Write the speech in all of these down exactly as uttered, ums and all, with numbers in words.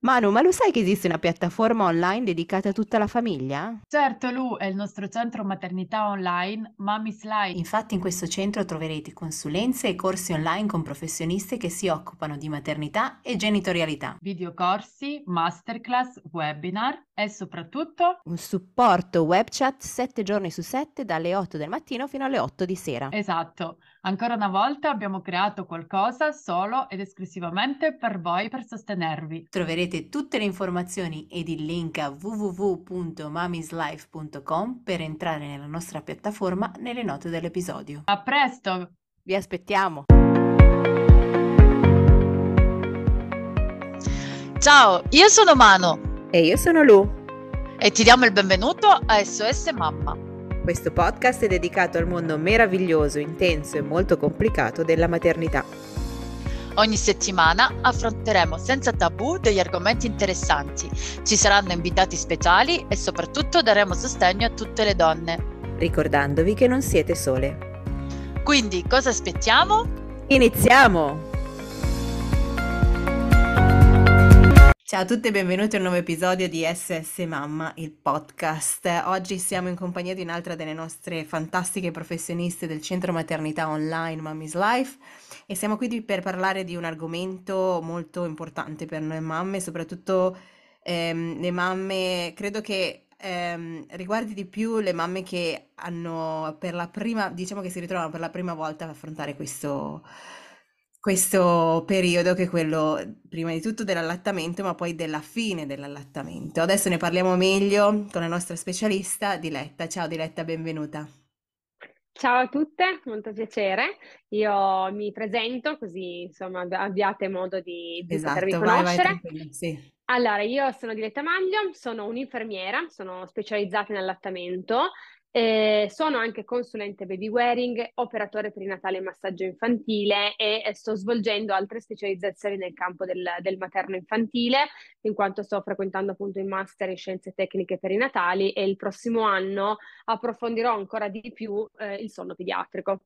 Manu, ma lo sai che esiste una piattaforma online dedicata a tutta la famiglia? Certo, Lu è il nostro centro maternità online Mommy's Life. Infatti in questo centro troverete consulenze e corsi online con professionisti che si occupano di maternità e genitorialità. Videocorsi, masterclass, webinar e soprattutto, Un supporto web chat sette giorni su sette dalle otto del mattino fino alle otto di sera. esatto, ancora una volta abbiamo creato qualcosa solo ed esclusivamente per voi per sostenervi. Troverete tutte le informazioni ed il link a w w w punto mamislife punto com per entrare nella nostra piattaforma nelle note dell'episodio. A presto! Vi aspettiamo! Ciao, io sono Mano E io sono Lu. e ti diamo il benvenuto a S O S Mamma. Questo podcast è dedicato al mondo meraviglioso, intenso e molto complicato della maternità. Ogni settimana affronteremo senza tabù degli argomenti interessanti, ci saranno invitati speciali e soprattutto daremo sostegno a tutte le donne. Ricordandovi che non siete sole. Quindi cosa aspettiamo? Iniziamo! Ciao a tutte e benvenuti a un nuovo episodio di S S Mamma, il podcast. Oggi siamo in compagnia di un'altra delle nostre fantastiche professioniste del centro maternità online Mommy's Life e siamo qui di- per parlare di un argomento molto importante per noi mamme, soprattutto ehm, le mamme, credo che ehm, riguardi di più le mamme che hanno per la prima, diciamo che si ritrovano per la prima volta ad affrontare questo, questo periodo che è quello prima di tutto dell'allattamento, ma poi della fine dell'allattamento. Adesso ne parliamo meglio con la nostra specialista Diletta. Ciao Diletta, benvenuta. Ciao a tutte, molto piacere. Io mi presento così insomma abbi- abbiate modo di, di potermi Esatto, vai, vai conoscere. tranquilla. Sì. Allora, io sono Diletta Maglio, sono un'infermiera, sono specializzata in allattamento, eh, sono anche consulente baby wearing, operatore perinatale e massaggio infantile e eh, sto svolgendo altre specializzazioni nel campo del, del materno infantile, in quanto sto frequentando appunto il master in scienze tecniche perinatali e il prossimo anno approfondirò ancora di più eh, il sonno pediatrico.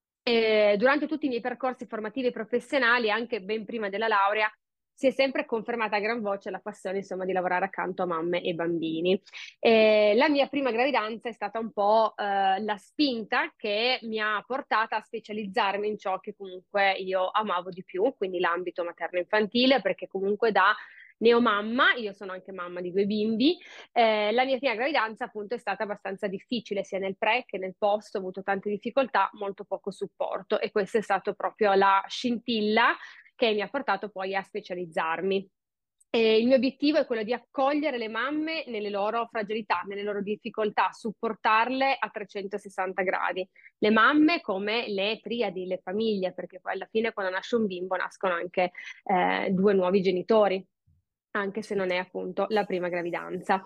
E durante tutti i miei percorsi formativi e professionali, anche ben prima della laurea, si è sempre confermata a gran voce la passione, insomma, di lavorare accanto a mamme e bambini. E la mia prima gravidanza è stata un po' eh, la spinta che mi ha portata a specializzarmi in ciò che comunque io amavo di più, quindi l'ambito materno-infantile, perché comunque da neomamma, io sono anche mamma di due bimbi, eh, la mia prima gravidanza appunto è stata abbastanza difficile sia nel pre che nel post, ho avuto tante difficoltà, molto poco supporto e questa è stata proprio la scintilla che mi ha portato poi a specializzarmi. E il mio obiettivo è quello di accogliere le mamme nelle loro fragilità, nelle loro difficoltà, supportarle a trecentosessanta gradi. Le mamme come le triadi, le famiglie, perché poi alla fine quando nasce un bimbo nascono anche eh, due nuovi genitori, anche se non è appunto la prima gravidanza.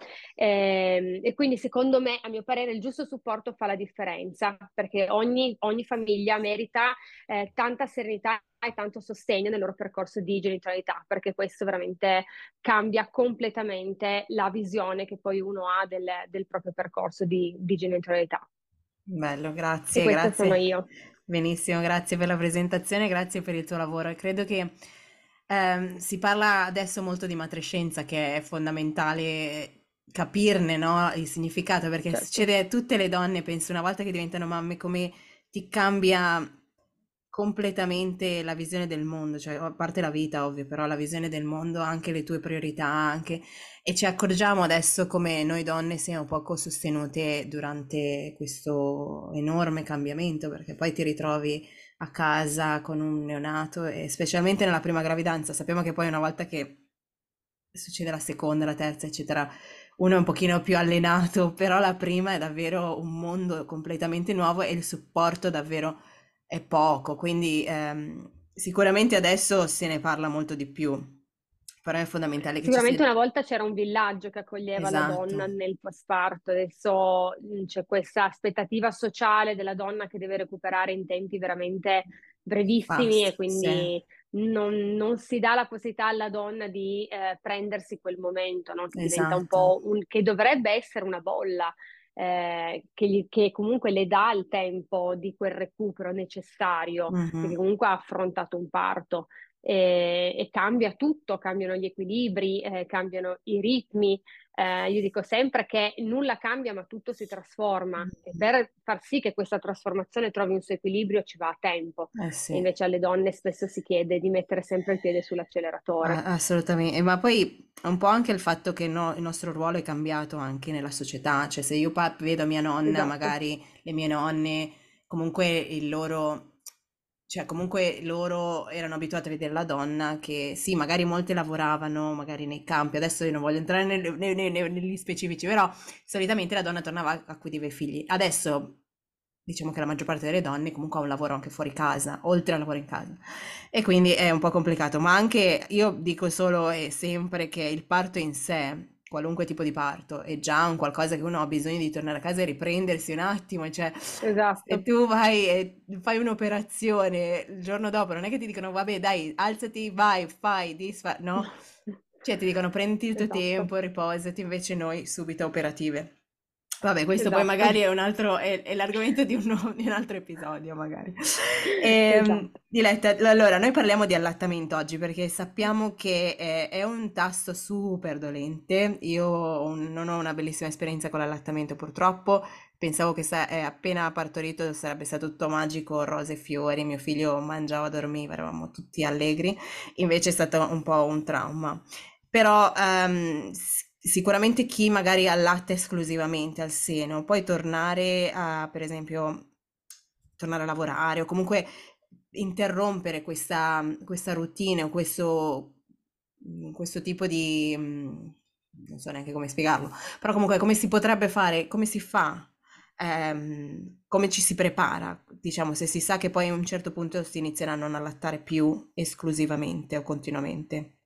Ehm, e quindi secondo me, a mio parere, il giusto supporto fa la differenza, perché ogni, ogni famiglia merita eh, tanta serenità e tanto sostegno nel loro percorso di genitorialità, perché questo veramente cambia completamente la visione che poi uno ha del, del proprio percorso di, di genitorialità. Bello, E grazie, questa sono grazie. io. Benissimo, grazie per la presentazione, grazie per il tuo lavoro. E credo che ehm, si parla adesso molto di matrescenza, che è fondamentale capirne, no, il significato, perché Certo. succede a tutte le donne, penso, una volta che diventano mamme, come ti cambia completamente la visione del mondo, cioè a parte la vita, ovvio, però la visione del mondo, anche le tue priorità, anche e ci accorgiamo adesso come noi donne siamo poco sostenute durante questo enorme cambiamento, perché poi ti ritrovi a casa con un neonato e specialmente nella prima gravidanza. Sappiamo che poi una volta che succede la seconda, la terza, eccetera, uno è un pochino più allenato, però la prima è davvero un mondo completamente nuovo e il supporto davvero è poco, quindi ehm, sicuramente adesso se ne parla molto di più, però è fondamentale che ci sia... Sicuramente una volta c'era un villaggio che accoglieva la Esatto. donna nel postparto, adesso mh, c'è questa aspettativa sociale della donna che deve recuperare in tempi veramente brevissimi Basta, e sì, quindi non, non si dà la possibilità alla donna di eh, prendersi quel momento, no? Che diventa un esatto. po' un, che dovrebbe essere una bolla, eh, che, gli- che comunque le dà il tempo di quel recupero necessario, Mhm. perché comunque ha affrontato un parto. e, e cambia tutto, cambiano gli equilibri, eh, cambiano i ritmi. Eh, io dico sempre che nulla cambia, ma tutto si trasforma e per far sì che questa trasformazione trovi un suo equilibrio ci va tempo. Eh E sì. invece alle donne spesso si chiede di mettere sempre il piede sull'acceleratore. Ah, assolutamente, ma poi un po' anche il fatto che no- il nostro ruolo è cambiato anche nella società, cioè se io pa- vedo mia nonna, Esatto. magari le mie nonne, comunque il loro, cioè comunque loro erano abituati a vedere la donna che sì, magari molte lavoravano, magari nei campi, adesso io non voglio entrare nel- ne- ne- ne- negli specifici, però solitamente la donna tornava a accudire i figli. Adesso diciamo che la maggior parte delle donne comunque ha un lavoro anche fuori casa, oltre al lavoro in casa. E quindi è un po' complicato, ma anche io dico solo e sempre che il parto in sé, qualunque tipo di parto, è già un qualcosa che uno ha bisogno di tornare a casa e riprendersi un attimo, cioè se Esatto. tu vai e fai un'operazione il giorno dopo, non è che ti dicono vabbè dai, alzati, vai, fai, disfa, no? Cioè ti dicono prenditi il tuo Esatto, tempo, riposati, invece noi subito operative. Vabbè, questo poi magari esatto, è un altro, è, è l'argomento di, uno- di un altro episodio, magari. Ehm, esatto. Diletta, allora, noi parliamo di allattamento oggi perché sappiamo che è, è un tasto super dolente. Io ho un- non ho una bellissima esperienza con l'allattamento, purtroppo. Pensavo che sa- eh, appena partorito sarebbe stato tutto magico, rose e fiori, mio figlio mangiava, dormiva, eravamo tutti allegri. Invece è stato un po' un trauma. Però ehm, s- sicuramente chi magari allatta esclusivamente al seno, poi tornare a, per esempio, tornare a lavorare o comunque interrompere questa, questa routine o questo, mm, questo tipo di... mm, non so neanche come spiegarlo, però comunque come si potrebbe fare, come si fa, ehm, come ci si prepara, diciamo, se si sa che poi a un certo punto si inizierà a non allattare più esclusivamente o continuamente.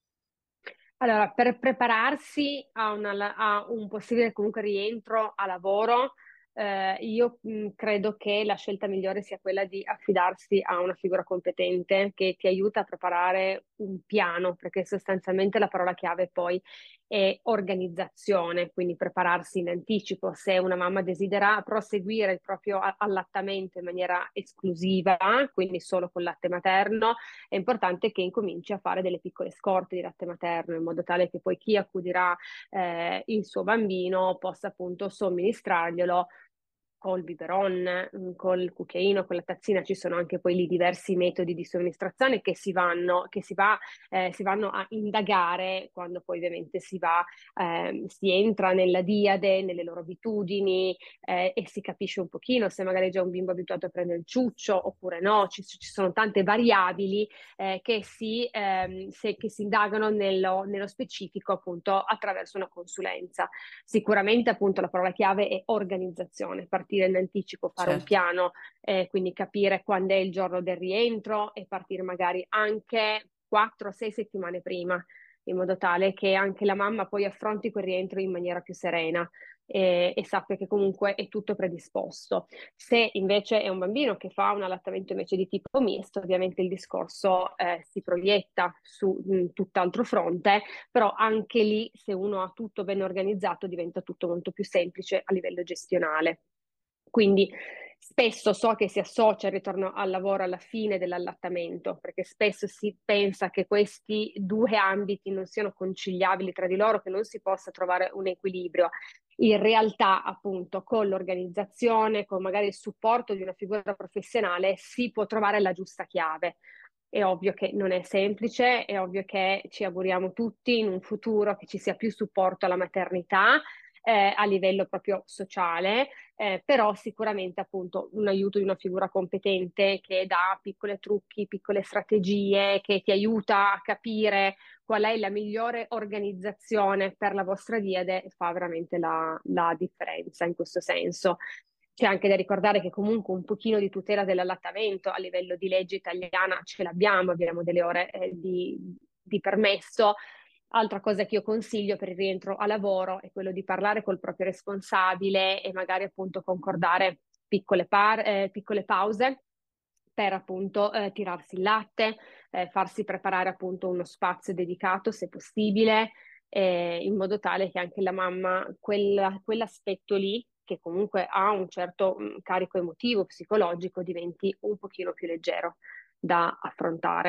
Allora, per prepararsi a, una- a un possibile comunque rientro a lavoro, eh, io mh, credo che la scelta migliore sia quella di affidarsi a una figura competente che ti aiuta a preparare un piano, perché sostanzialmente la parola chiave poi è organizzazione, quindi prepararsi in anticipo. Se una mamma desidera proseguire il proprio a- allattamento in maniera esclusiva, quindi solo con latte materno, è importante che incominci a fare delle piccole scorte di latte materno in modo tale che poi chi accudirà eh, il suo bambino possa appunto somministrarglielo col biberon, mm, col cucchiaino, con la tazzina. Ci sono anche poi lì diversi metodi di somministrazione che si vanno, che si va, eh, si vanno a indagare quando poi ovviamente si va, ehm, si entra nella diade, nelle loro abitudini, eh, e si capisce un pochino se magari è già un bimbo abituato a prendere il ciuccio oppure no. Ci, ci sono tante variabili eh, che, si, ehm, se, che si indagano nello, nello specifico appunto attraverso una consulenza. Sicuramente appunto la parola chiave è organizzazione, partire in anticipo, fare un Certo. piano, eh, quindi capire quando è il giorno del rientro e partire magari anche quattro sei settimane prima, in modo tale che anche la mamma poi affronti quel rientro in maniera più serena e, e sappia che comunque è tutto predisposto. Se invece è un bambino che fa un allattamento invece di tipo misto, ovviamente il discorso eh, si proietta su mh, tutt'altro fronte, però anche lì se uno ha tutto ben organizzato diventa tutto molto più semplice a livello gestionale. Quindi spesso so che si associa il ritorno al lavoro alla fine dell'allattamento, perché spesso si pensa che questi due ambiti non siano conciliabili tra di loro, che non si possa trovare un equilibrio. In realtà, appunto, con l'organizzazione, con magari il supporto di una figura professionale, si può trovare la giusta chiave. È ovvio che non è semplice, è ovvio che ci auguriamo tutti in un futuro che ci sia più supporto alla maternità, eh, a livello proprio sociale, eh, però sicuramente appunto un aiuto di una figura competente che dà piccoli trucchi, piccole strategie, che ti aiuta a capire qual è la migliore organizzazione per la vostra diade, fa veramente la, la differenza in questo senso. C'è anche da ricordare che comunque un pochino di tutela dell'allattamento a livello di legge italiana ce l'abbiamo, abbiamo delle ore eh, di, di permesso. Altra cosa che io consiglio per il rientro a lavoro è quello di parlare col proprio responsabile e magari appunto concordare piccole, par- eh, piccole pause per appunto eh, tirarsi il latte, eh, farsi preparare appunto uno spazio dedicato se possibile, eh, in modo tale che anche la mamma, quella- quell'aspetto lì, che comunque ha un certo mh, carico emotivo, psicologico, diventi un pochino più leggero da affrontare.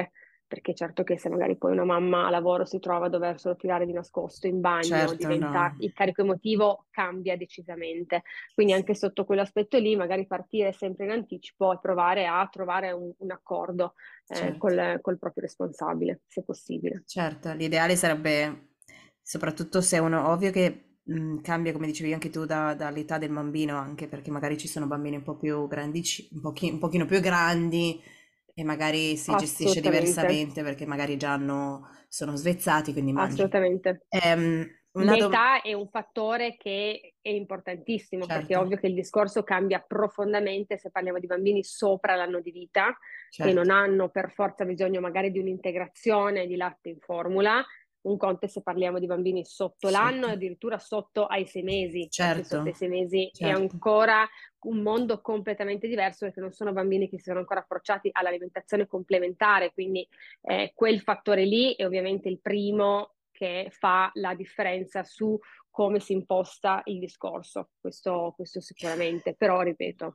perché certo che se magari poi una mamma a lavoro si trova a doverselo tirare di nascosto in bagno, Certo, diventa, no, il carico emotivo cambia decisamente. Quindi anche sotto quell'aspetto lì, magari partire sempre in anticipo e provare a trovare un, un accordo eh, certo. col, col proprio responsabile, se possibile. Certo, l'ideale sarebbe, soprattutto se uno, ovvio che mh, cambia, come dicevi anche tu, da- dall'età del bambino, anche perché magari ci sono bambini un po' più grandi, un pochi- un pochino più grandi e magari si gestisce Assolutamente, diversamente perché magari già hanno, sono svezzati, quindi mangiano. assolutamente. Ehm, una domanda, L'età è un fattore che è importantissimo, perché è certo, ovvio che il discorso cambia profondamente se parliamo di bambini sopra l'anno di vita, che non certo, hanno per forza bisogno magari di un'integrazione di latte in formula. Un conto è se parliamo di bambini sotto l'anno sotto, e addirittura sotto ai sei mesi, perché certo, sotto ai sei mesi è certo. ancora un mondo completamente diverso, perché non sono bambini che si sono ancora approcciati all'alimentazione complementare, quindi eh, quel fattore lì è ovviamente il primo che fa la differenza su come si imposta il discorso, questo, questo sicuramente, però ripeto,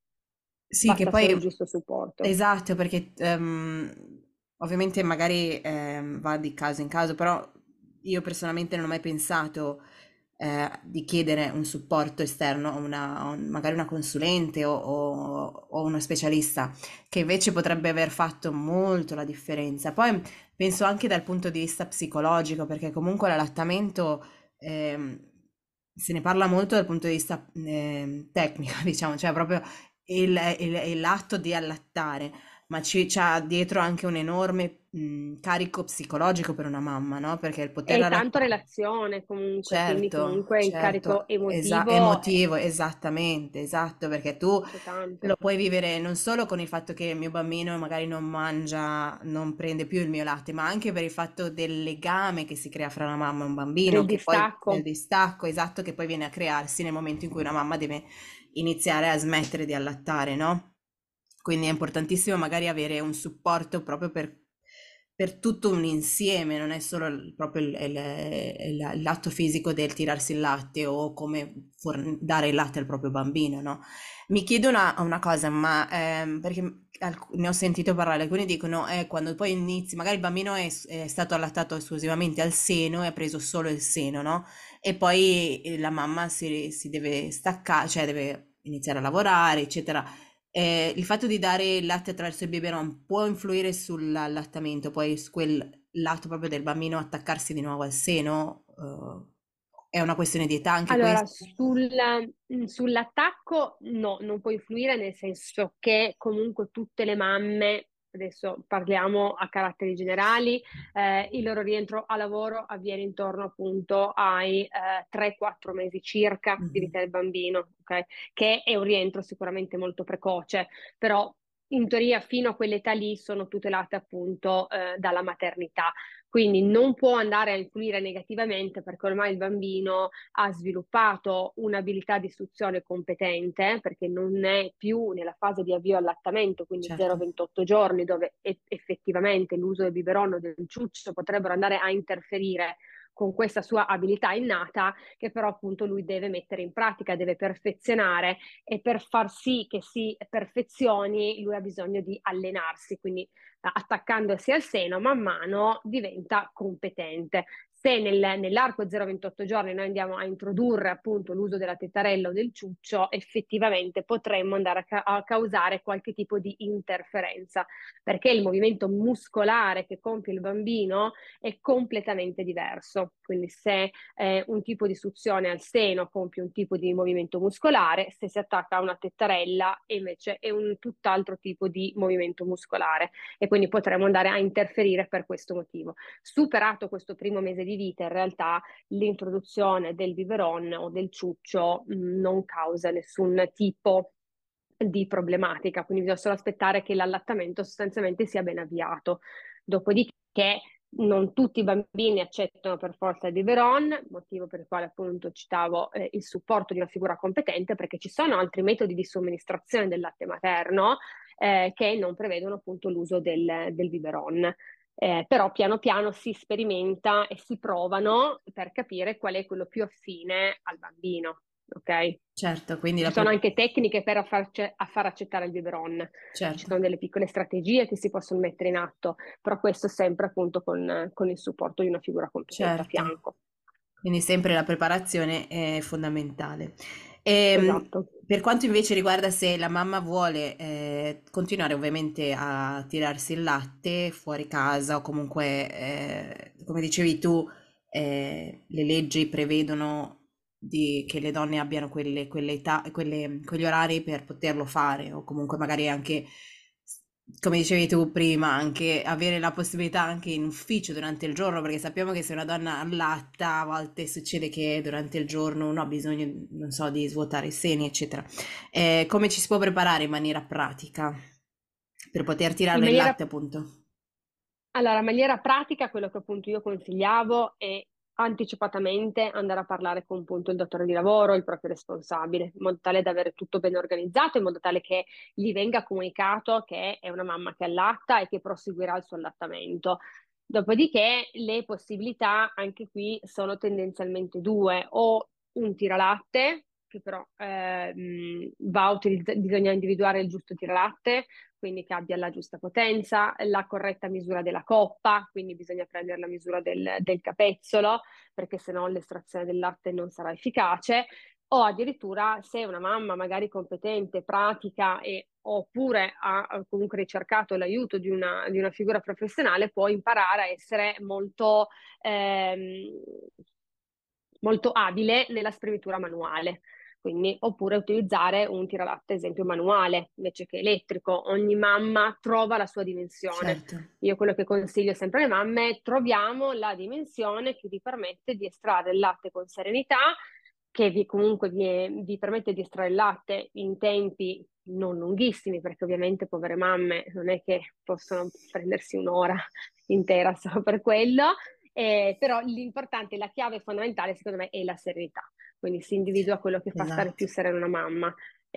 Sì, che basta poi solo il giusto supporto. esatto, perché ehm, ovviamente magari ehm, va di caso in caso, però io personalmente non ho mai pensato eh, di chiedere un supporto esterno, a una, a un- magari una consulente o, o, o uno specialista, che invece potrebbe aver fatto molto la differenza. Poi penso anche dal punto di vista psicologico, perché comunque l'allattamento ehm, se ne parla molto dal punto di vista ehm, tecnico, diciamo, cioè proprio il, il- il- l'atto di allattare, ma ci, c'ha dietro anche un enorme mh, carico psicologico per una mamma, no? Perché il poter E tanto allattare, relazione comunque, quindi certo, comunque il carico certo, esa- emotivo eh, emotivo, esattamente, esatto, perché tu c'è lo tanto. puoi vivere non solo con il fatto che il mio bambino magari non mangia, non prende più il mio latte, ma anche per il fatto del legame che si crea fra una mamma e un bambino, Del che poi del distacco. distacco, esatto, che poi viene a crearsi nel momento in cui una mamma deve iniziare a smettere di allattare, no? Quindi è importantissimo magari avere un supporto proprio per, per tutto un insieme, non è solo il- proprio il, il- il- l'atto fisico del tirarsi il latte o come forn- dare il latte al proprio bambino, no? Mi chiedo una, una cosa, ma ehm, perché alc- ne ho sentito parlare, alcuni dicono eh, quando poi inizi, magari il bambino è, è stato allattato esclusivamente al seno e ha preso solo il seno, no? E poi eh, la mamma si, si deve staccare, cioè deve iniziare a lavorare, eccetera. Eh, il fatto di dare il latte attraverso il biberon può influire sull'allattamento, poi su quel lato proprio del bambino attaccarsi di nuovo al seno? Eh, è una questione di età anche Allora, questo? sul, mm, sull'attacco no, non può influire nel senso che comunque tutte le mamme, adesso parliamo a caratteri generali, eh, il loro rientro a lavoro avviene intorno appunto ai eh, tre quattro mesi circa di Mhm. vita del bambino, ok? Che è un rientro sicuramente molto precoce, però in teoria fino a quell'età lì sono tutelate appunto eh, dalla maternità. Quindi non può andare a influire negativamente perché ormai il bambino ha sviluppato un'abilità di istruzione competente perché non è più nella fase di avvio allattamento, quindi Certo, zero ventotto giorni, dove e- effettivamente l'uso del biberon o del ciuccio potrebbero andare a interferire con questa sua abilità innata, che però appunto lui deve mettere in pratica, deve perfezionare e per far sì che si perfezioni lui ha bisogno di allenarsi, quindi eh, attaccandosi al seno man mano diventa competente. Se nel, nell'arco zero ventotto giorni noi andiamo a introdurre appunto l'uso della tettarella o del ciuccio, effettivamente potremmo andare a, ca- a causare qualche tipo di interferenza, perché il movimento muscolare che compie il bambino è completamente diverso. Quindi se eh, un tipo di suzione al seno compie un tipo di movimento muscolare, se si attacca a una tettarella invece è un tutt'altro tipo di movimento muscolare e quindi potremmo andare a interferire per questo motivo. Superato questo primo mese di vita, in realtà l'introduzione del biberon o del ciuccio mh, non causa nessun tipo di problematica, quindi bisogna solo aspettare che l'allattamento sostanzialmente sia ben avviato. Dopodiché non tutti i bambini accettano per forza il biberon, motivo per il quale appunto citavo eh, il supporto di una figura competente, perché ci sono altri metodi di somministrazione del latte materno eh, che non prevedono appunto l'uso del, del biberon. Eh, però piano piano si sperimenta e si provano per capire qual è quello più affine al bambino. ok? Certo, quindi la Ci sono pre- anche tecniche per a far, a far accettare il biberon, ci certo, sono delle piccole strategie che si possono mettere in atto, però questo sempre appunto con, con il supporto di una figura competente a certo. fianco. Quindi sempre la preparazione è fondamentale. Ehm, Esatto. per quanto invece riguarda se la mamma vuole eh, continuare ovviamente a tirarsi il latte fuori casa o comunque, eh, come dicevi tu, eh, le leggi prevedono di- che le donne abbiano quelle, quelle età, quelle- quegli orari per poterlo fare o comunque magari anche, come dicevi tu prima, anche avere la possibilità anche in ufficio durante il giorno, perché sappiamo che se una donna allatta, a volte succede che durante il giorno uno ha bisogno, non so, di svuotare i seni, eccetera. Eh, come ci si può preparare in maniera pratica per poter In tirare il maniera latte, appunto? Allora, in maniera pratica, quello che appunto io consigliavo è anticipatamente andare a parlare con appunto il datore di lavoro, il proprio responsabile, in modo tale da avere tutto ben organizzato, in modo tale che gli venga comunicato che è una mamma che allatta e che proseguirà il suo allattamento. Dopodiché le possibilità anche qui sono tendenzialmente due, o un tiralatte, che però ehm, va a utilizza- bisogna individuare il giusto tiralatte, quindi che abbia la giusta potenza, la corretta misura della coppa, quindi bisogna prendere la misura del, del capezzolo, perché sennò l'estrazione del latte non sarà efficace, o addirittura se una mamma magari competente, pratica e oppure ha ha comunque ricercato l'aiuto di una, di una figura professionale, può imparare a essere molto, ehm, molto abile nella spremitura manuale. Quindi, oppure utilizzare un tiralatte, esempio, manuale invece che elettrico. Ogni mamma trova la sua dimensione. Certo, Io quello che consiglio sempre alle mamme è troviamo la dimensione che vi permette di estrarre il latte con serenità, che vi, comunque vi, vi permette di estrarre il latte in tempi non lunghissimi, perché ovviamente povere mamme non è che possono prendersi un'ora intera solo per quello, eh, però l'importante, la chiave fondamentale secondo me è la serenità, quindi si individua quello che fa stare esatto. più serena una mamma.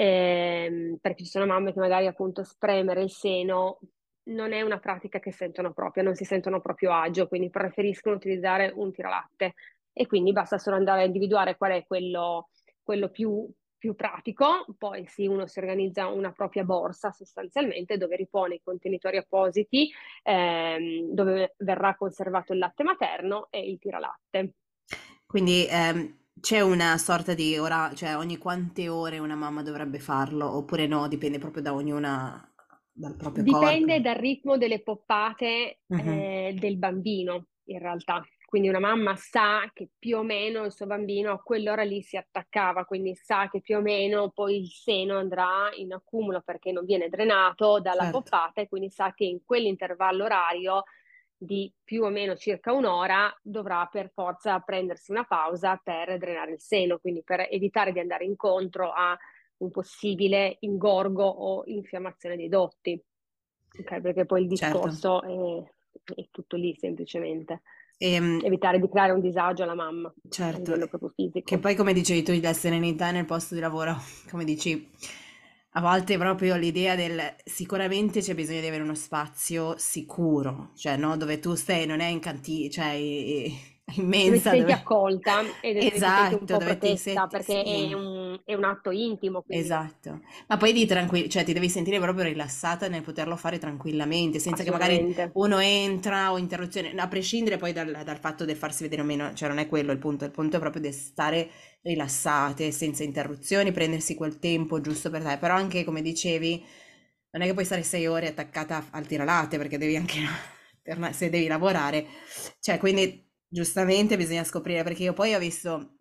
Ehm, perché ci sono mamme che magari appunto spremere il seno non è una pratica che sentono proprio, non si sentono proprio agio, quindi preferiscono utilizzare un tiralatte e quindi basta solo andare a individuare qual è quello, quello più, più pratico, poi sì, uno si organizza una propria borsa sostanzialmente dove ripone i contenitori appositi, ehm, dove verrà conservato il latte materno e il tiralatte. Quindi ehm, c'è una sorta di ora, cioè ogni quante ore una mamma dovrebbe farlo, oppure no, dipende proprio da ognuna, dal proprio corpo. Dipende dal ritmo delle poppate Mhm. eh, del bambino, in realtà. Quindi una mamma sa che più o meno il suo bambino a quell'ora lì si attaccava, quindi sa che più o meno poi il seno andrà in accumulo perché non viene drenato dalla Certo. poppata e quindi sa che in quell'intervallo orario di più o meno circa un'ora dovrà per forza prendersi una pausa per drenare il seno, quindi per evitare di andare incontro a un possibile ingorgo o infiammazione dei dotti. Ok, perché poi il Certo. discorso è, è tutto lì semplicemente. Ehm, Evitare di creare un disagio alla mamma a certo, livello proprio che fisico. poi come dicevi tu, la serenità nel posto di lavoro, come dici, a volte proprio l'idea del sicuramente c'è bisogno di avere uno spazio sicuro, cioè no, dove tu stai, non è in cantina, cioè i- in Dove ti mensa, senti dove... accolta e dove ti senti un Esatto, po' dove ti protetta senti, perché è sì. un, è un atto intimo, quindi Esatto, ma poi di tranquillo, cioè ti devi sentire proprio rilassata nel poterlo fare tranquillamente, senza che magari assolutamente. uno entra o interruzione, a prescindere poi dal, dal fatto del farsi vedere o meno, cioè non è quello il punto, il punto è proprio di stare rilassate, senza interruzioni, prendersi quel tempo giusto per te, però anche come dicevi, non è che puoi stare sei ore attaccata al tiralate perché devi anche, torna- se devi lavorare, cioè quindi giustamente bisogna scoprire, perché io poi ho visto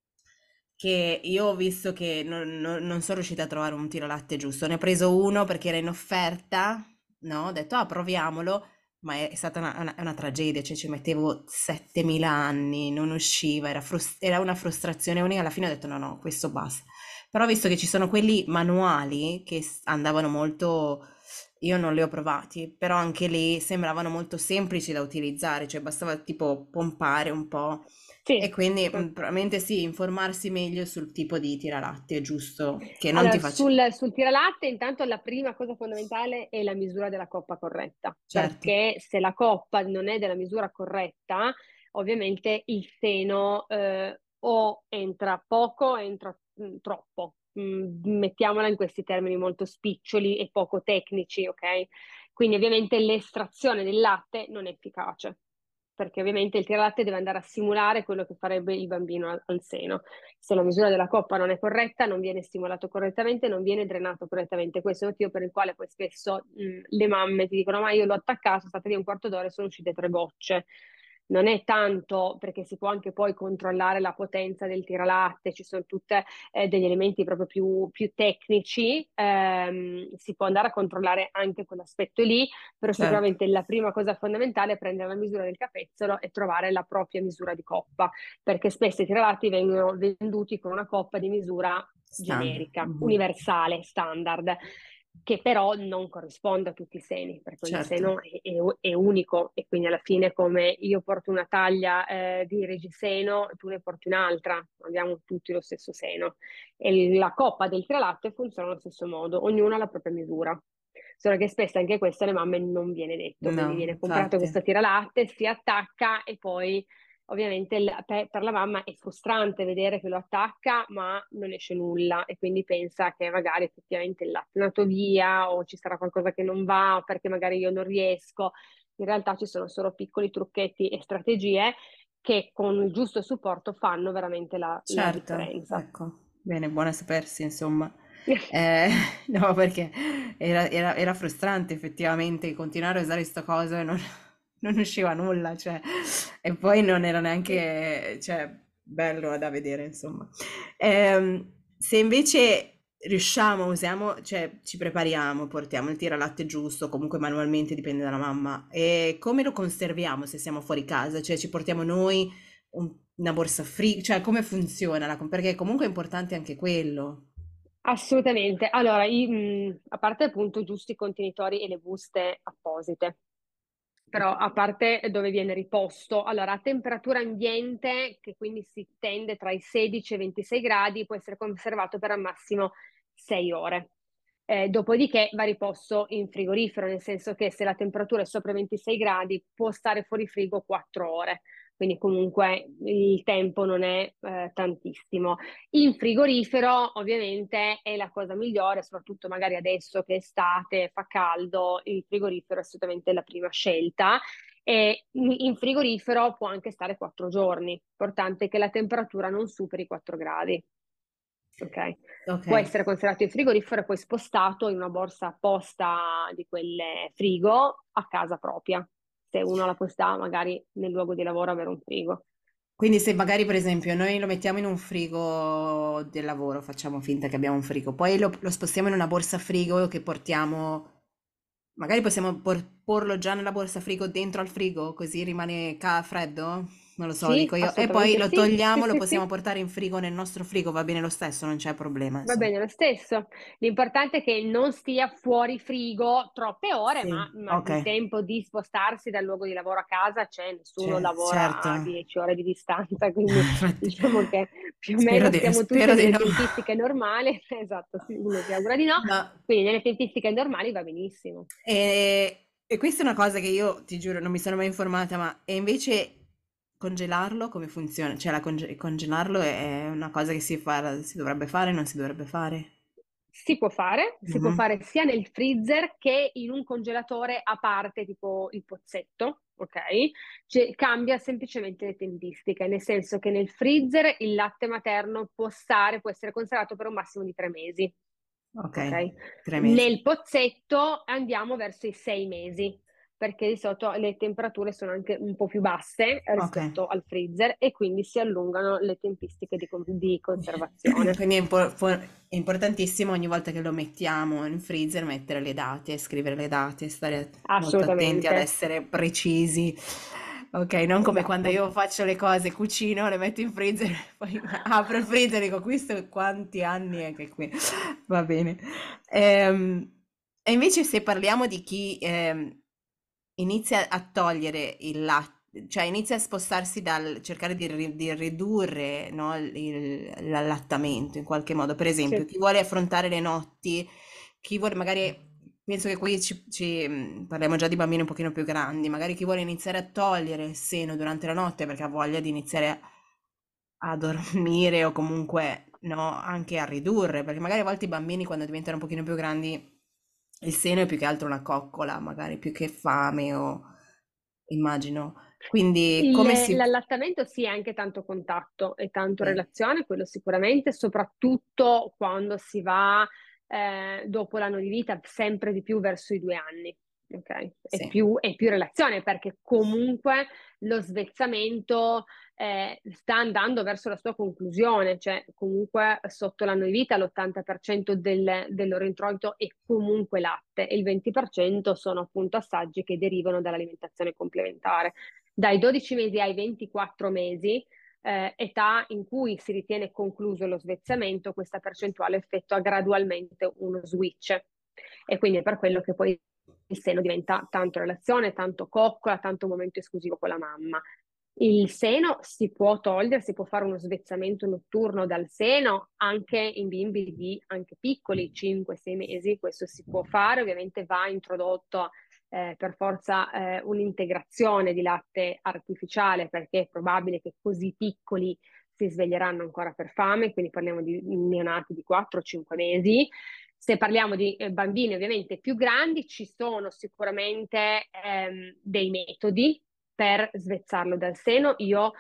che io ho visto che non, non- non sono riuscita a trovare un tiralatte giusto. Ne ho preso uno perché era in offerta, no? Ho detto, ah, proviamolo, ma è, è stata una, una- una tragedia, cioè ci mettevo settemila anni, non usciva, era, frus- era una frustrazione unica, alla fine ho detto, no, no, questo basta. Però ho visto che ci sono quelli manuali che s- andavano molto... Io non li ho provati, però anche lì sembravano molto semplici da utilizzare, cioè bastava tipo pompare un po'. E Sì, quindi sì. mh, probabilmente sì, informarsi meglio sul tipo di tiralatte, è giusto, che non Allora, ti faccia... sul, sul tiralatte, intanto la prima cosa fondamentale è la misura della coppa corretta, Certo, perché se la coppa non è della misura corretta, ovviamente il seno eh, o entra poco o entra mh, troppo. Mh, mettiamola in questi termini molto spiccioli e poco tecnici, ok? Quindi ovviamente l'estrazione del latte non è efficace, perché ovviamente il tiralatte deve andare a simulare quello che farebbe il bambino al, al seno. Se la misura della coppa non è corretta, non viene stimolato correttamente, non viene drenato correttamente. Questo è il motivo per il quale poi spesso mh, le mamme ti dicono: ma io l'ho attaccato, è stata lì un quarto d'ora e sono uscite tre gocce. Non è tanto, perché si può anche poi controllare la potenza del tiralatte, ci sono tutti eh, degli elementi proprio più, più tecnici, ehm, si può andare a controllare anche quell'aspetto lì, però Certo, sicuramente la prima cosa fondamentale è prendere la misura del capezzolo e trovare la propria misura di coppa, perché spesso i tiralatti vengono venduti con una coppa di misura standard. generica, Mhm. universale, standard, che però non corrisponde a tutti i seni, perché ogni Certo, seno è, è- è unico e quindi alla fine come io porto una taglia eh, di reggiseno, tu ne porti un'altra, non abbiamo tutti lo stesso seno. E la coppa del tralatte funziona allo stesso modo, ognuno ha la propria misura. Solo che spesso anche questo alle mamme non viene detto, quindi no, viene comprato infatti, questo tiralatte, si attacca e poi ovviamente il- per, per la mamma è frustrante vedere che lo attacca, ma non esce nulla e quindi pensa che magari effettivamente il latte è andato via o ci sarà qualcosa che non va o perché magari io non riesco. In realtà ci sono solo piccoli trucchetti e strategie che con il giusto supporto fanno veramente la, la certo, differenza. ecco, bene, buono a sapersi, insomma. Eh, no, perché era, era- era frustrante effettivamente continuare a usare sta cosa e non, non usciva nulla, cioè, e poi non era neanche, cioè, bello da vedere, insomma. Ehm, se invece riusciamo, usiamo, cioè, ci prepariamo, portiamo il tiralatte giusto, comunque manualmente dipende dalla mamma, e come lo conserviamo se siamo fuori casa? Cioè, ci portiamo noi un- una borsa frigo, cioè, come funziona? la- Perché comunque è importante anche quello. Assolutamente. Allora, i- mh, a parte appunto giusti i contenitori e le buste apposite, però a parte dove viene riposto, allora a temperatura ambiente, che quindi si tende tra i sedici e i ventisei gradi, può essere conservato per al massimo sei ore. Eh, dopodiché va riposto in frigorifero, nel senso che se la temperatura è sopra i ventisei gradi può stare fuori frigo quattro ore, quindi comunque il tempo non è eh, tantissimo. In frigorifero ovviamente è la cosa migliore, soprattutto magari adesso che è estate, fa caldo, il frigorifero è assolutamente la prima scelta. E in frigorifero può anche stare quattro giorni, importante che la temperatura non superi i quattro gradi. Ok? Ok, Può essere conservato in frigorifero e poi spostato in una borsa apposta di quelle frigo a casa propria, se uno ha la possibilità magari nel luogo di lavoro avere un frigo. quindi se magari per esempio noi lo mettiamo in un frigo del lavoro, facciamo finta che abbiamo un frigo, poi lo, lo spostiamo in una borsa frigo che portiamo, magari possiamo por- porlo già nella borsa frigo dentro al frigo, così rimane ca- freddo? Non lo so, Sì, dico io. E poi assolutamente lo sì, sì, togliamo, lo sì, possiamo sì. portare in frigo nel nostro frigo, va bene lo stesso, non c'è problema, Va insomma. bene lo stesso. L'importante è che non stia fuori frigo troppe ore, Sì, ma, ma ok, il tempo di spostarsi dal luogo di lavoro a casa c'è, nessuno Cioè, lavora certo. a dieci ore di distanza, quindi Infatti, diciamo che più o spero meno di, stiamo tutte spero di nelle no. tempistiche normali. Esatto, sì, uno si augura di no, Ma quindi nelle tempistiche normali va benissimo. E, e questa è una cosa che io ti giuro non mi sono mai informata, ma e invece congelarlo come funziona? Cioè la conge- congelarlo è una cosa che si fa, si dovrebbe fare, non si dovrebbe fare? Si può fare, si può Mhm. fare sia nel freezer che in un congelatore a parte, tipo il pozzetto, ok? Cioè, cambia semplicemente le tempistiche, nel senso che nel freezer il latte materno può stare, può essere conservato per un massimo di tre mesi, Ok, ok? tre mesi. Nel pozzetto andiamo verso i sei mesi, perché di solito le temperature sono anche un po' più basse Ok. rispetto al freezer e quindi si allungano le tempistiche di con- di conservazione. Quindi è, impo- for- è importantissimo ogni volta che lo mettiamo in freezer mettere le date, scrivere le date, stare molto attenti ad Assolutamente, essere precisi. Ok, non come quando esatto. io faccio le cose, cucino, le metto in freezer, poi apro il freezer e dico, questo quanti anni è che qui? Va bene. Ehm, e invece se parliamo di chi ehm, inizia a togliere il latte, cioè inizia a spostarsi dal cercare di, ri- di ridurre, no, il- il- l'allattamento in qualche modo. Per esempio, Sì. chi vuole affrontare le notti, chi vuole magari, penso che qui ci, ci, mh, parliamo già di bambini un pochino più grandi, magari chi vuole iniziare a togliere il seno durante la notte perché ha voglia di iniziare a dormire o comunque no, anche a ridurre, perché magari a volte i bambini quando diventano un pochino più grandi il seno è più che altro una coccola, magari più che fame o immagino. Quindi Il- come si... L'allattamento sì, è anche tanto contatto e tanto Sì, relazione, quello sicuramente, soprattutto quando si va eh, dopo l'anno di vita, sempre di più verso i due anni, ok? E sì, più, e più relazione, perché comunque lo svezzamento eh, sta andando verso la sua conclusione, cioè comunque sotto l'anno di vita l'ottanta per cento del, del loro introito è comunque latte e il venti per cento sono appunto assaggi che derivano dall'alimentazione complementare. Dai dodici mesi ai ventiquattro mesi, eh, età in cui si ritiene concluso lo svezzamento, questa percentuale effettua gradualmente uno switch. E quindi è per quello che poi il seno diventa tanto relazione, tanto coccola, tanto momento esclusivo con la mamma. Il seno si può togliere, si può fare uno svezzamento notturno dal seno anche in bimbi di anche piccoli, cinque sei mesi, questo si può fare, ovviamente va introdotto eh, per forza eh, un'integrazione di latte artificiale perché è probabile che così piccoli si sveglieranno ancora per fame, quindi parliamo di neonati di quattro cinque mesi. Se parliamo di eh, bambini ovviamente più grandi, ci sono sicuramente ehm, dei metodi per svezzarlo dal seno. Io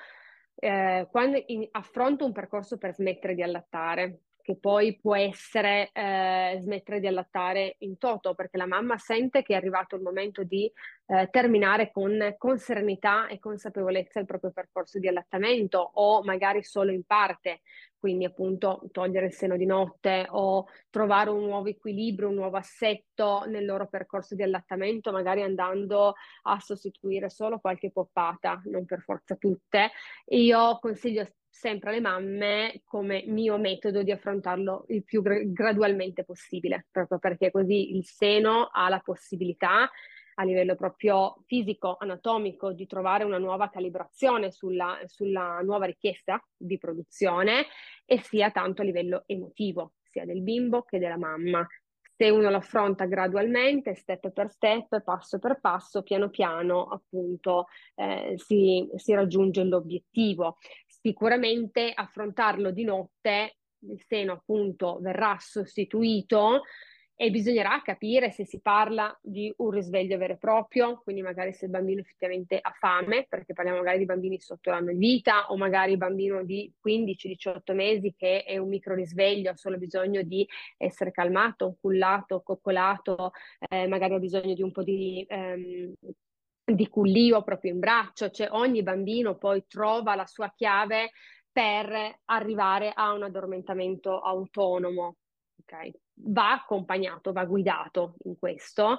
eh, quando in- affronto un percorso per smettere di allattare, che poi può essere eh, smettere di allattare in toto, perché la mamma sente che è arrivato il momento di eh, terminare con, con serenità e consapevolezza il proprio percorso di allattamento o magari solo in parte, quindi appunto togliere il seno di notte o trovare un nuovo equilibrio, un nuovo assetto nel loro percorso di allattamento, magari andando a sostituire solo qualche poppata, non per forza tutte. Io consiglio sempre alle mamme come mio metodo di affrontarlo il più gra- gradualmente possibile, proprio perché così il seno ha la possibilità a livello proprio fisico, anatomico, di trovare una nuova calibrazione sulla, sulla nuova richiesta di produzione e sia tanto a livello emotivo, sia del bimbo che della mamma. Se uno lo affronta gradualmente, step per step, passo per passo, piano piano, appunto, eh, si, si raggiunge l'obiettivo. Sicuramente affrontarlo di notte, il seno appunto verrà sostituito e bisognerà capire se si parla di un risveglio vero e proprio, quindi magari se il bambino effettivamente ha fame, perché parliamo magari di bambini sotto l'anno di vita o magari bambino di quindici diciotto mesi che è un micro risveglio, ha solo bisogno di essere calmato, cullato, coccolato, eh, magari ha bisogno di un po' di... Ehm, di cullio proprio in braccio, cioè ogni bambino poi trova la sua chiave per arrivare a un addormentamento autonomo, ok? Va accompagnato, va guidato in questo,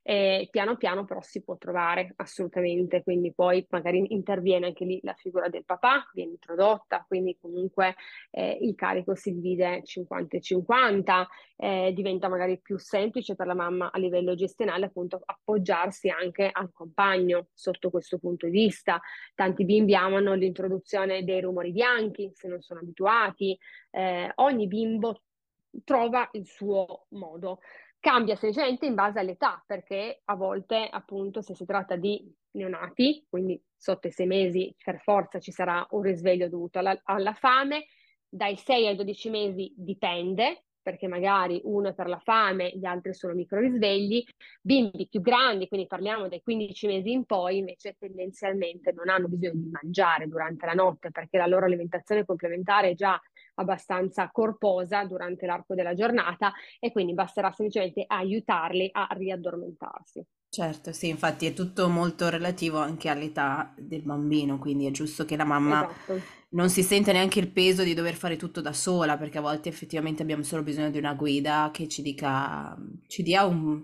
e piano piano però si può trovare assolutamente, quindi poi magari interviene anche lì la figura del papà, viene introdotta, quindi comunque eh, il carico si divide cinquanta e cinquanta, eh, diventa magari più semplice per la mamma a livello gestionale appunto appoggiarsi anche al compagno sotto questo punto di vista. Tanti bimbi amano l'introduzione dei rumori bianchi se non sono abituati, eh, ogni bimbo trova il suo modo. Cambia semplicemente in base all'età, perché a volte, appunto, se si tratta di neonati, quindi sotto i sei mesi, per forza ci sarà un risveglio dovuto alla, alla fame. Dai sei ai dodici mesi dipende, perché magari uno è per la fame, gli altri sono micro risvegli. Bimbi più grandi, quindi parliamo dai quindici mesi in poi, invece tendenzialmente non hanno bisogno di mangiare durante la notte, perché la loro alimentazione complementare è già abbastanza corposa durante l'arco della giornata e quindi basterà semplicemente aiutarli a riaddormentarsi. certo, sì, infatti è tutto molto relativo anche all'età del bambino, quindi è giusto che la mamma Esatto. non si sente neanche il peso di dover fare tutto da sola, perché a volte effettivamente abbiamo solo bisogno di una guida che ci dica, ci dia un,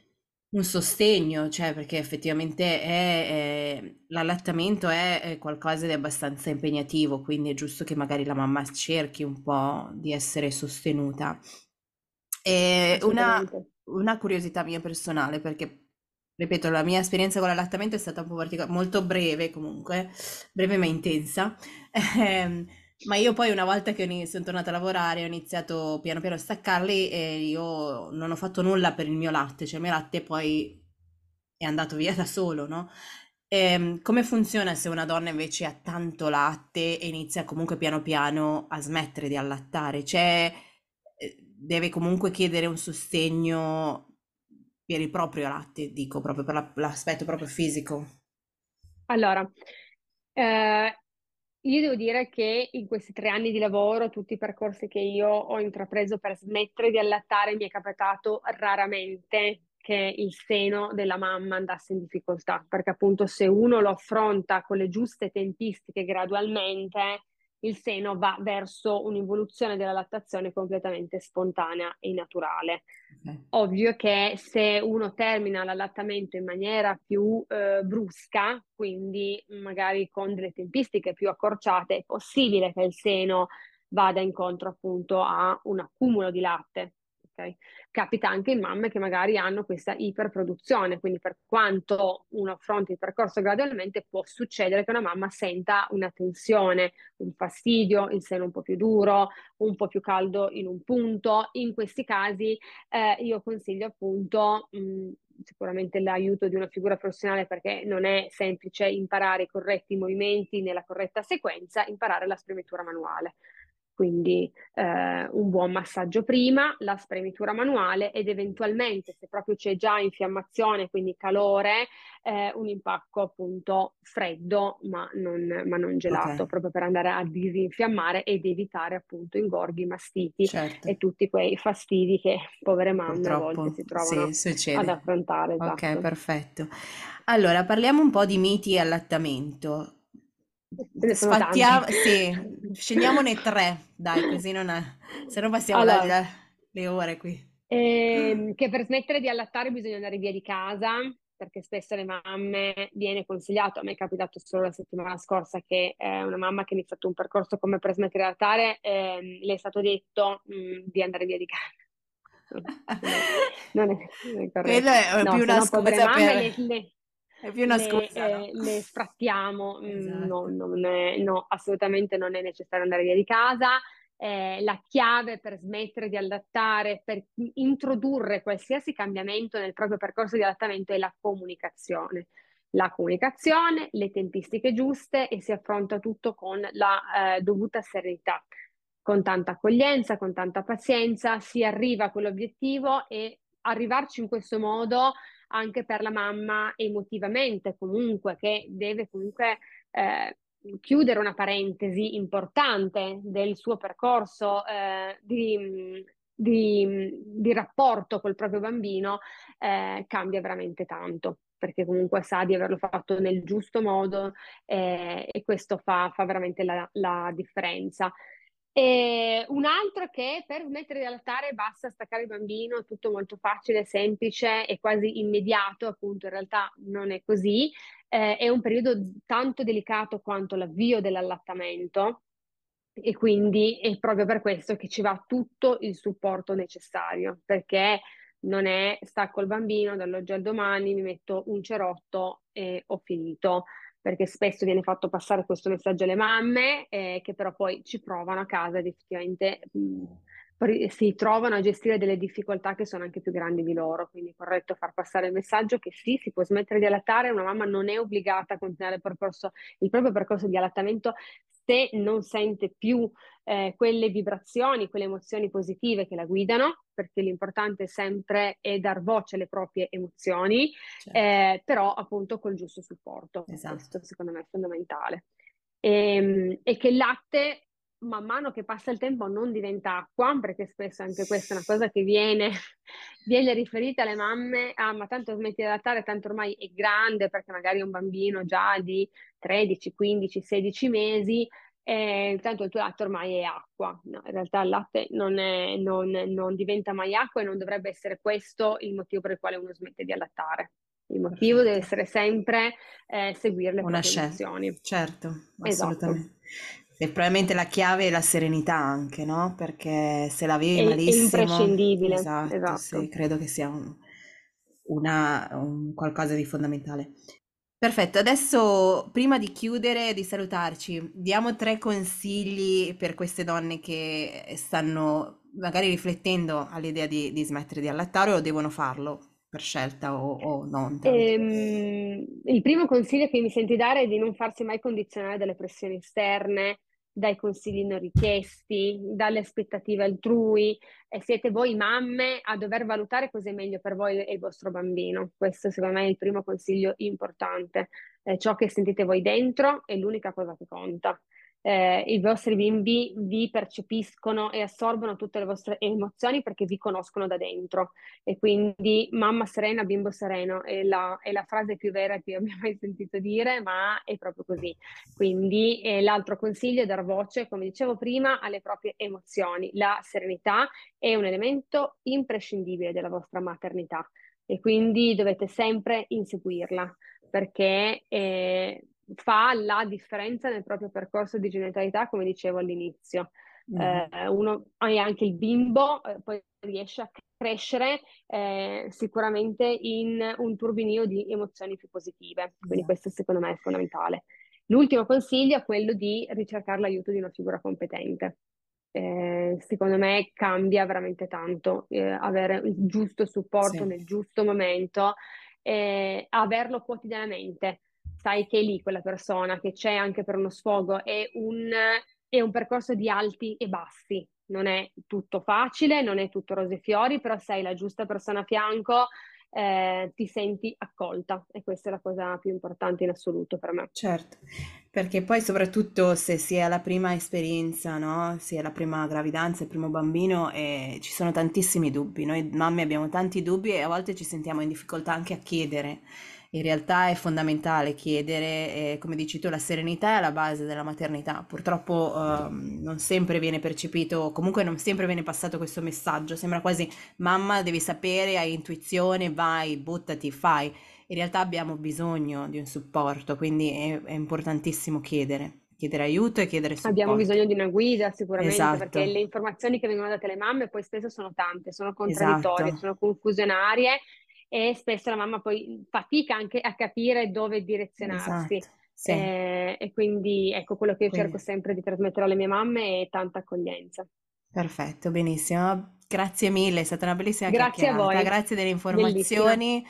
un sostegno, cioè perché effettivamente è, è- l'allattamento è, è qualcosa di abbastanza impegnativo, quindi è giusto che magari la mamma cerchi un po' di essere sostenuta. E una, Assolutamente. una curiosità mia personale, perché, ripeto, la mia esperienza con l'allattamento è stata un po' particolare, molto breve comunque, breve ma intensa. Ehm, ma io poi una volta che ho ini- sono tornata a lavorare ho iniziato piano piano a staccarli e io non ho fatto nulla per il mio latte, cioè il mio latte poi è andato via da solo, no? Ehm, come funziona se una donna invece ha tanto latte e inizia comunque piano piano a smettere di allattare? C'è, eh, deve comunque chiedere un sostegno per il proprio latte, dico, proprio per la- l'aspetto proprio fisico. Allora, eh, io devo dire che in questi tre anni di lavoro, tutti i percorsi che io ho intrapreso per smettere di allattare, mi è capitato raramente che il seno della mamma andasse in difficoltà, perché appunto se uno lo affronta con le giuste tempistiche gradualmente, il seno va verso un'involuzione della lattazione completamente spontanea e naturale. Ok. Ovvio che se uno termina l'allattamento in maniera più eh, brusca, quindi magari con delle tempistiche più accorciate, è possibile che il seno vada incontro appunto a un accumulo di latte. Ok? Capita anche in mamme che magari hanno questa iperproduzione, quindi per quanto uno affronti il percorso gradualmente, può succedere che una mamma senta una tensione, un fastidio, il seno un po' più duro, un po' più caldo in un punto. In questi casi eh, io consiglio appunto mh, sicuramente l'aiuto di una figura professionale, perché non è semplice imparare i corretti movimenti nella corretta sequenza, imparare la spremitura manuale. Quindi eh, un buon massaggio prima, la spremitura manuale ed eventualmente, se proprio c'è già infiammazione, quindi calore, eh, un impacco appunto freddo ma non, ma non Ok, gelato, proprio per andare a disinfiammare ed evitare appunto ingorghi, mastiti certo, e tutti quei fastidi che povere mamme a volte purtroppo si sì, trovano ad succede. affrontare, Ok, esatto. perfetto. Allora, parliamo un po' di miti e allattamento. Ce ne sono tanti. Sfattiamo, sì, scegliamone tre, dai, così non è, se no passiamo la- Allora, la- le ore qui. ehm, che per smettere di allattare bisogna andare via di casa, perché spesso alle mamme viene consigliato, a me è capitato solo la settimana scorsa che eh, una mamma che ha iniziato un percorso come per smettere di allattare, ehm, le è stato detto mh, di andare via di casa. Non è, non è, non è Quello corretto. è No, più se una no, povere scusa mamme per... le, le- è più una le, scusa, no? eh, le sfrattiamo. Mm, no, Esatto. non è- no, assolutamente non è necessario andare via di casa. Eh, la chiave per smettere di allattare, per introdurre qualsiasi cambiamento nel proprio percorso di adattamento è la comunicazione. La comunicazione, le tempistiche giuste e si affronta tutto con la eh, dovuta serenità, con tanta accoglienza, con tanta pazienza, si arriva a quell'obiettivo e arrivarci in questo modo anche per la mamma emotivamente comunque, che deve comunque eh, chiudere una parentesi importante del suo percorso eh, di, di, di rapporto col proprio bambino, eh, cambia veramente tanto, perché comunque sa di averlo fatto nel giusto modo eh, e questo fa, fa veramente la, la differenza. E un altro che per smettere di allattare basta staccare il bambino, è tutto molto facile, semplice e quasi immediato, appunto in realtà non è così. Eh, è un periodo tanto delicato quanto l'avvio dell'allattamento e quindi è proprio per questo che ci va tutto il supporto necessario, perché non è stacco il bambino dall'oggi al domani, mi metto un cerotto e ho finito, perché spesso viene fatto passare questo messaggio alle mamme, eh, che però poi ci provano a casa ed effettivamente mh, pri- si trovano a gestire delle difficoltà che sono anche più grandi di loro, quindi è corretto far passare il messaggio che sì, si può smettere di allattare, una mamma non è obbligata a continuare il percorso, il proprio percorso di allattamento se non sente più eh, quelle vibrazioni, quelle emozioni positive che la guidano, perché l'importante sempre è dar voce alle proprie emozioni, Certo, eh, però appunto col giusto supporto. esatto. Questo secondo me è fondamentale. E, e che il latte, man mano che passa il tempo, non diventa acqua, perché spesso anche questa è una cosa che viene, viene riferita alle mamme, ah, ma tanto smetti di lattare, tanto ormai è grande, perché magari è un bambino già di tredici, quindici, sedici mesi, e tanto il tuo latte ormai è acqua. No, in realtà il latte non, è- non- non diventa mai acqua e non dovrebbe essere questo il motivo per il quale uno smette di allattare. Il motivo deve Perfetto. essere sempre eh, seguire le Una proprie scelta, emozioni. certo, Esatto. assolutamente. E probabilmente la chiave è la serenità anche, no? Perché se la vivi È, è malissimo, imprescindibile, esatto, sì, esatto. credo che sia un, una- un qualcosa di fondamentale. Perfetto, adesso prima di chiudere e di salutarci, diamo tre consigli per queste donne che stanno magari riflettendo all'idea di, di smettere di allattare o devono farlo. per scelta o, o non tanto? Ehm, il primo consiglio che mi senti dare è di non farsi mai condizionare dalle pressioni esterne, dai consigli non richiesti, dalle aspettative altrui, e siete voi mamme a dover valutare cosa è meglio per voi e il vostro bambino. Questo secondo me è il primo consiglio importante. Eh, ciò che sentite voi dentro è l'unica cosa che conta. Eh, i vostri bimbi vi percepiscono e assorbono tutte le vostre emozioni perché vi conoscono da dentro, e quindi mamma serena, bimbo sereno è la, è la frase più vera che io abbia mai sentito dire, ma è proprio così. Quindi eh, l'altro consiglio è dar voce, come dicevo prima, alle proprie emozioni. La serenità è un elemento imprescindibile della vostra maternità e quindi dovete sempre inseguirla, perché eh, fa la differenza nel proprio percorso di genitalità, come dicevo all'inizio. Mm. Eh, uno, e anche il bimbo eh, poi riesce a crescere eh, sicuramente in un turbinio di emozioni più positive, quindi Esatto. questo secondo me è fondamentale. L'ultimo consiglio è quello di ricercare l'aiuto di una figura competente. Eh, secondo me cambia veramente tanto eh, avere il giusto supporto Sì. nel giusto momento, eh, averlo quotidianamente. Sai che è lì quella persona, che c'è anche per uno sfogo, è un, è un percorso di alti e bassi. Non è tutto facile, non è tutto rose e fiori, però sei la giusta persona a fianco, eh, ti senti accolta, e questa è la cosa più importante in assoluto per me. Certo, perché poi soprattutto se si è alla prima esperienza, no? Si è la prima gravidanza, il primo bambino, e ci sono tantissimi dubbi. Noi mamme abbiamo tanti dubbi e a volte ci sentiamo in difficoltà anche a chiedere. In realtà è fondamentale chiedere, e come dici tu, la serenità è alla base della maternità. Purtroppo ehm, non sempre viene percepito, comunque non sempre viene passato questo messaggio. Sembra quasi mamma, devi sapere, hai intuizione, vai, buttati, fai. In realtà abbiamo bisogno di un supporto, quindi è, è importantissimo chiedere, chiedere aiuto e chiedere Abbiamo supporto. bisogno di una guida sicuramente, perché Esatto, le informazioni che vengono date alle mamme poi spesso sono tante, sono esatto, contraddittorie, sono confusionarie, e spesso la mamma poi fatica anche a capire dove direzionarsi. esatto, sì. Eh, e quindi ecco, quello che io Quindi, cerco sempre di trasmettere alle mie mamme è tanta accoglienza. perfetto, benissimo. Grazie mille, è stata una bellissima Grazie a chiacchierata, voi, grazie delle bellissima. informazioni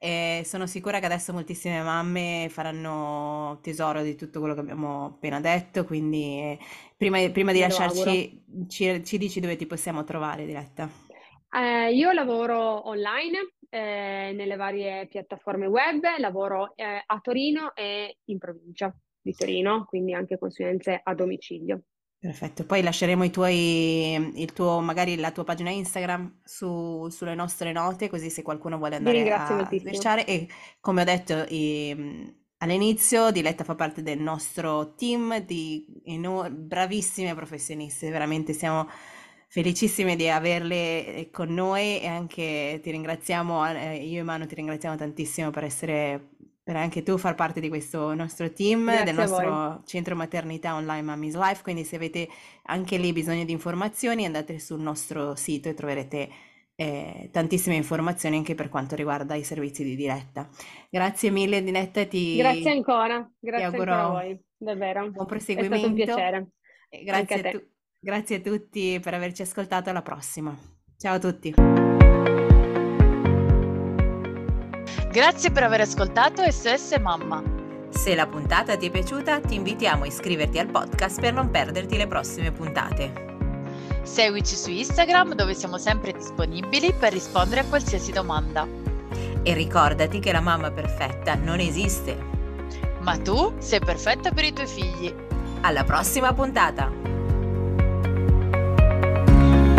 e sono sicura che adesso moltissime mamme faranno tesoro di tutto quello che abbiamo appena detto, quindi eh, prima, prima di Me lo auguro. lasciarci ci, ci dici dove ti possiamo trovare, Diletta. Eh, io lavoro online eh, nelle varie piattaforme web, lavoro eh, a Torino e in provincia di Torino, quindi anche consulenze a domicilio. Perfetto, poi lasceremo i tuoi, il tuo, magari la tua pagina Instagram su- sulle nostre note, così se qualcuno vuole Vi andare ringrazio a moltissimo. sbirciare. E come ho detto ehm, all'inizio, Diletta fa parte del nostro team di eno- bravissime professioniste, veramente siamo felicissime di averle eh, con noi e anche ti ringraziamo, eh, io e Manu ti ringraziamo tantissimo per essere, per anche tu far parte di questo nostro team, del Grazie a voi. nostro centro maternità online Mommy's Life, quindi se avete anche lì bisogno di informazioni andate sul nostro sito e troverete eh, tantissime informazioni anche per quanto riguarda i servizi di Diletta. Grazie mille Diletta e Grazie ti, ancora, ti grazie ancora a auguro voi, davvero. buon È stato un proseguimento piacere. e Anche grazie a a, te. tu- grazie a tutti per averci ascoltato, alla prossima. Ciao a tutti. Grazie per aver ascoltato S O S Mamma. Se la puntata ti è piaciuta, ti invitiamo a iscriverti al podcast per non perderti le prossime puntate. Seguici su Instagram, dove siamo sempre disponibili per rispondere a qualsiasi domanda. E ricordati che la mamma perfetta non esiste. Ma tu sei perfetta per i tuoi figli. Alla prossima puntata!